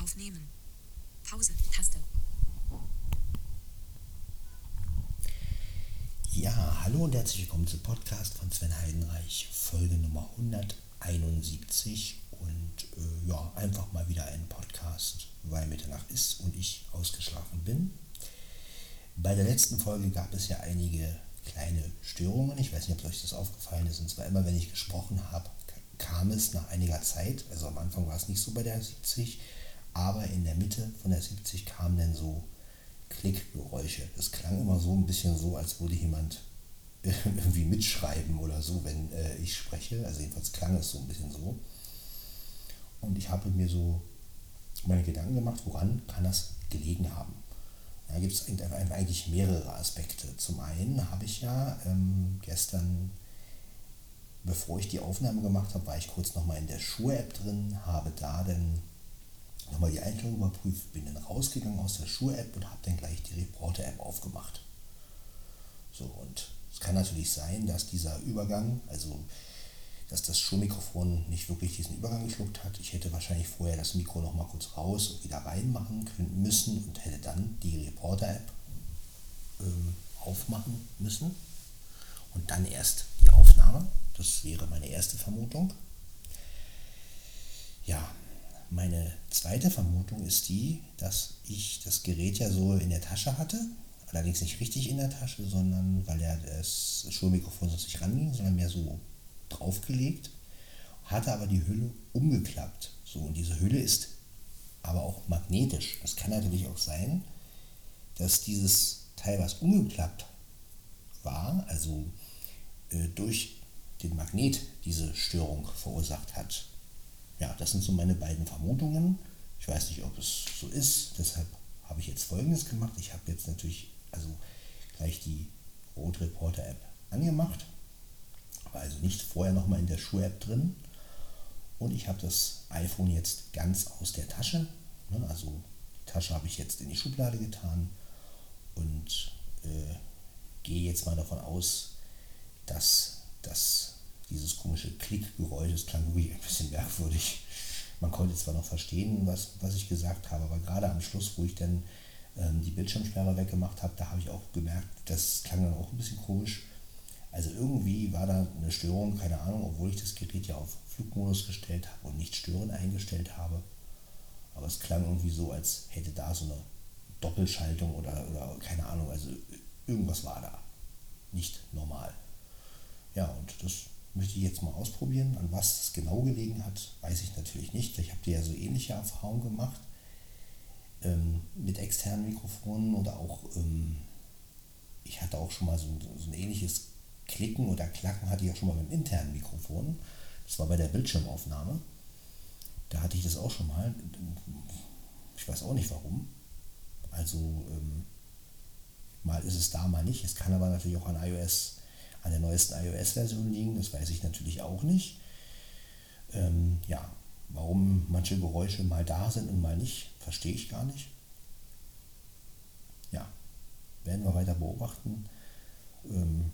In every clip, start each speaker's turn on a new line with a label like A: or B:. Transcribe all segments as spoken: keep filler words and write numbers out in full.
A: Aufnehmen. Pause. Taste.
B: Ja, hallo und herzlich willkommen zum Podcast von Sven Heidenreich, Folge Nummer hunderteinundsiebzig und äh, ja, einfach mal wieder ein Podcast, weil Mitternacht ist und ich ausgeschlafen bin. Bei der letzten Folge gab es ja einige kleine Störungen, ich weiß nicht, ob euch das aufgefallen ist, und zwar immer, wenn ich gesprochen habe, kam es nach einiger Zeit, also am Anfang war es nicht so bei der siebzig, aber in der Mitte von der siebzig kamen dann so Klickgeräusche. Das klang immer so ein bisschen so, als würde jemand irgendwie mitschreiben oder so, wenn äh, ich spreche. Also jedenfalls klang es so ein bisschen so. Und ich habe mir so meine Gedanken gemacht, woran kann das gelegen haben. Da gibt es eigentlich mehrere Aspekte. Zum einen habe ich ja ähm, gestern, bevor ich die Aufnahme gemacht habe, war ich kurz nochmal in der Shure-App drin, habe da dann nochmal die Einstellung überprüft, bin dann rausgegangen aus der Shure-App und habe dann gleich die Reporter-App aufgemacht. So, und es kann natürlich sein, dass dieser Übergang, also dass das Shure-Mikrofon nicht wirklich diesen Übergang geschluckt hat. Ich hätte wahrscheinlich vorher das Mikro nochmal kurz raus und wieder reinmachen können, müssen und hätte dann die Reporter-App ähm, aufmachen müssen und dann erst die Aufnahme. Das wäre meine erste Vermutung. Ja, meine zweite Vermutung ist die, dass ich das Gerät ja so in der Tasche hatte, allerdings nicht richtig in der Tasche, sondern weil ja das Shure-Mikrofon sonst nicht ranging, sondern mehr so draufgelegt, hatte aber die Hülle umgeklappt. So, und diese Hülle ist aber auch magnetisch. Es kann natürlich auch sein, dass dieses Teil, was umgeklappt war, also äh, durch den Magnet diese Störung verursacht hat. Ja, das sind so meine beiden Vermutungen. Ich weiß nicht, ob es so ist, deshalb habe ich jetzt Folgendes gemacht. Ich habe jetzt natürlich also gleich die Rode Reporter App angemacht, war also nicht vorher nochmal in der Shure-App drin, und ich habe das iPhone jetzt ganz aus der Tasche, ne, also die Tasche habe ich jetzt in die Schublade getan und äh, gehe jetzt mal davon aus, dass das dieses komische Klickgeräusch, das klang wirklich ein bisschen merkwürdig. Man konnte zwar noch verstehen, was, was ich gesagt habe, aber gerade am Schluss, wo ich dann ähm, die Bildschirmsperre weggemacht habe, da habe ich auch gemerkt, das klang dann auch ein bisschen komisch. Also irgendwie war da eine Störung, keine Ahnung, obwohl ich das Gerät ja auf Flugmodus gestellt habe und nicht stören eingestellt habe. Aber es klang irgendwie so, als hätte da so eine Doppelschaltung oder, oder keine Ahnung, also irgendwas war da nicht normal. Ja, und das möchte ich jetzt mal ausprobieren. An was es genau gelegen hat, weiß ich natürlich nicht. Ich habe dir ja so ähnliche Erfahrungen gemacht ähm, mit externen Mikrofonen oder auch, ähm, ich hatte auch schon mal so, so ein ähnliches Klicken oder Klacken hatte ich auch schon mal mit dem internen Mikrofon. Das war bei der Bildschirmaufnahme. Da hatte ich das auch schon mal. Ich weiß auch nicht warum. Also ähm, mal ist es da, mal nicht. Es kann aber natürlich auch an iOS, an der neuesten iOS-Version liegen. Das weiß ich natürlich auch nicht. Ähm, ja, warum manche Geräusche mal da sind und mal nicht, verstehe ich gar nicht. Ja, werden wir weiter beobachten. Ähm,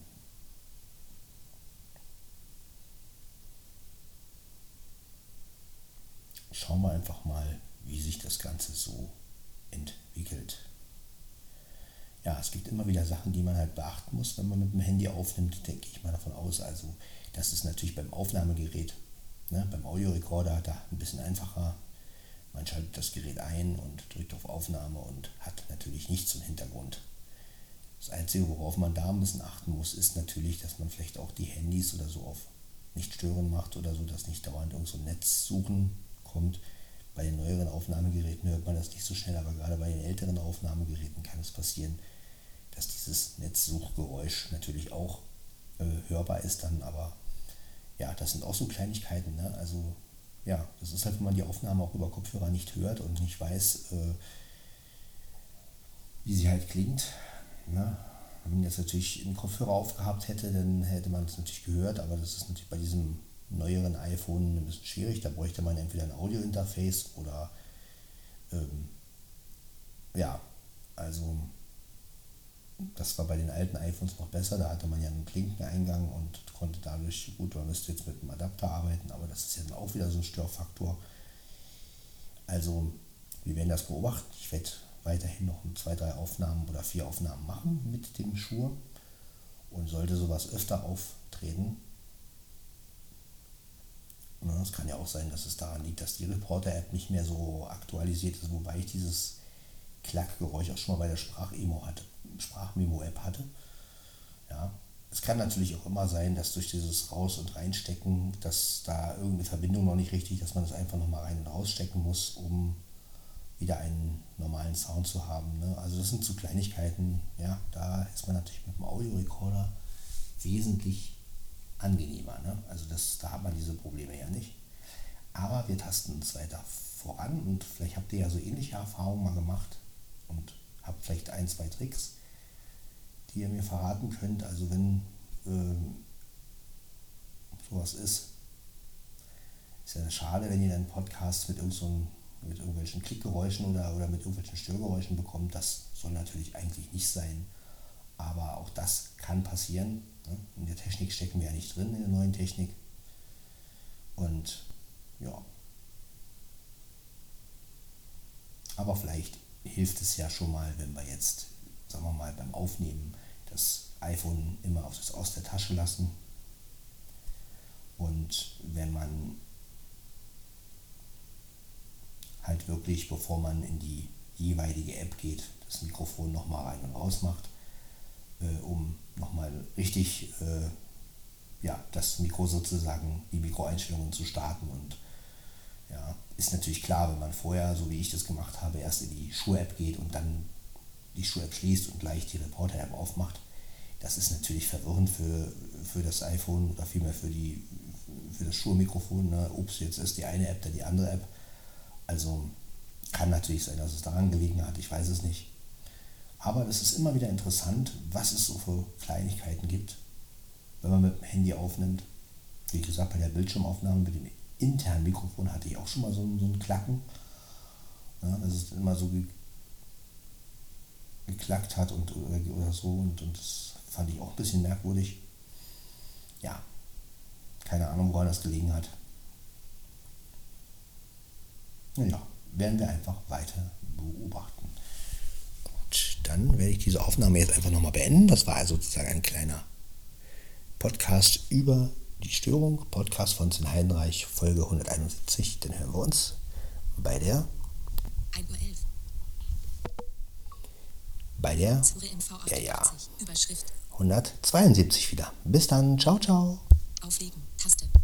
B: Schauen wir einfach mal, wie sich das Ganze so entwickelt. Ja, es gibt immer wieder Sachen, die man halt beachten muss, wenn man mit dem Handy aufnimmt, denke ich mal davon aus. Also das ist natürlich beim Aufnahmegerät, ne, beim Audiorekorder da ein bisschen einfacher. Man schaltet das Gerät ein und drückt auf Aufnahme und hat natürlich nichts im Hintergrund. Das Einzige, worauf man da ein bisschen achten muss, ist natürlich, dass man vielleicht auch die Handys oder so auf nicht stören macht oder so, dass nicht dauernd irgend so ein Netz suchen kommt. Bei den neueren Aufnahmegeräten hört man das nicht so schnell, aber gerade bei den älteren Aufnahmegeräten kann es passieren, dass dieses Netzsuchgeräusch natürlich auch äh, hörbar ist dann, aber ja, das sind auch so Kleinigkeiten, ne? Also ja, das ist halt, wenn man die Aufnahme auch über Kopfhörer nicht hört und nicht weiß, äh, wie sie halt klingt, ne? Wenn man jetzt natürlich einen Kopfhörer aufgehabt hätte, dann hätte man es natürlich gehört, aber das ist natürlich bei diesem neueren iPhone ein bisschen schwierig. Da bräuchte man entweder ein Audio-Interface oder ähm, ja, also das war bei den alten iPhones noch besser, da hatte man ja einen Klinkeneingang und konnte dadurch, gut, man müsste jetzt mit einem Adapter arbeiten, aber das ist ja dann auch wieder so ein Störfaktor. Also wir werden das beobachten. Ich werde weiterhin noch zwei, drei Aufnahmen oder vier Aufnahmen machen mit dem Shure. Und sollte sowas öfter auftreten, es kann ja auch sein, dass es daran liegt, dass die Reporter-App nicht mehr so aktualisiert ist, wobei ich dieses Klackgeräusch auch schon mal bei der Sprachmemo hatte, Sprachmemo-App hatte. Ja, es kann natürlich auch immer sein, dass durch dieses Raus- und Reinstecken, dass da irgendeine Verbindung noch nicht richtig, dass man das einfach nochmal rein und rausstecken muss, um wieder einen normalen Sound zu haben. Ne? Also das sind so Kleinigkeiten, ja, da ist man natürlich mit dem Audiorekorder wesentlich angenehmer. Ne? Also das, da hat man diese Probleme ja nicht. Aber wir tasten uns weiter voran und vielleicht habt ihr ja so ähnliche Erfahrungen mal gemacht und habt vielleicht ein, zwei Tricks, die ihr mir verraten könnt. Also wenn ähm, sowas ist, ist ja schade, wenn ihr einen Podcast mit, irgend so einem, mit irgendwelchen Klickgeräuschen oder, oder mit irgendwelchen Störgeräuschen bekommt. Das soll natürlich eigentlich nicht sein. Aber auch das kann passieren. Ne? In der Technik stecken wir ja nicht drin, in der neuen Technik. Und ja. Aber vielleicht hilft es ja schon mal, wenn wir jetzt, sagen wir mal, beim Aufnehmen das iPhone immer aus, aus der Tasche lassen. Und wenn man halt wirklich, bevor man in die jeweilige App geht, das Mikrofon nochmal rein und raus macht, äh, um nochmal richtig äh, ja, das Mikro sozusagen, die Mikroeinstellungen zu starten. Und ja, ist natürlich klar, wenn man vorher, so wie ich das gemacht habe, erst in die Shure-App geht und dann die Shure-App schließt und gleich die Reporter-App aufmacht, das ist natürlich verwirrend für, für das iPhone oder vielmehr für, die, für das Shure-Mikrofon. Ne? Ups, jetzt ist die eine App, dann die andere App. Also kann natürlich sein, dass es daran gelegen hat, ich weiß es nicht. Aber es ist immer wieder interessant, was es so für Kleinigkeiten gibt, wenn man mit dem Handy aufnimmt. Wie gesagt, bei der Bildschirmaufnahme mit dem internen Mikrofon hatte ich auch schon mal so ein, so ein Klacken. Ja, dass es immer so ge- geklackt hat und, oder, oder so. Und, und das fand ich auch ein bisschen merkwürdig. Ja, keine Ahnung, woran das gelegen hat. Naja, werden wir einfach weiter beobachten. Gut, dann werde ich diese Aufnahme jetzt einfach nochmal beenden. Das war also sozusagen ein kleiner Podcast über die Störung. Podcast von Sven Heidenreich, Folge hunderteinundsiebzig. Dann hören wir uns bei der
A: ein Uhr elf.
B: bei der
A: Zure M V
B: ja, ja,
A: achtundachtzig. Überschrift.
B: hundertzweiundsiebzig wieder. Bis dann. Ciao, ciao.
A: Auflegen. Taste.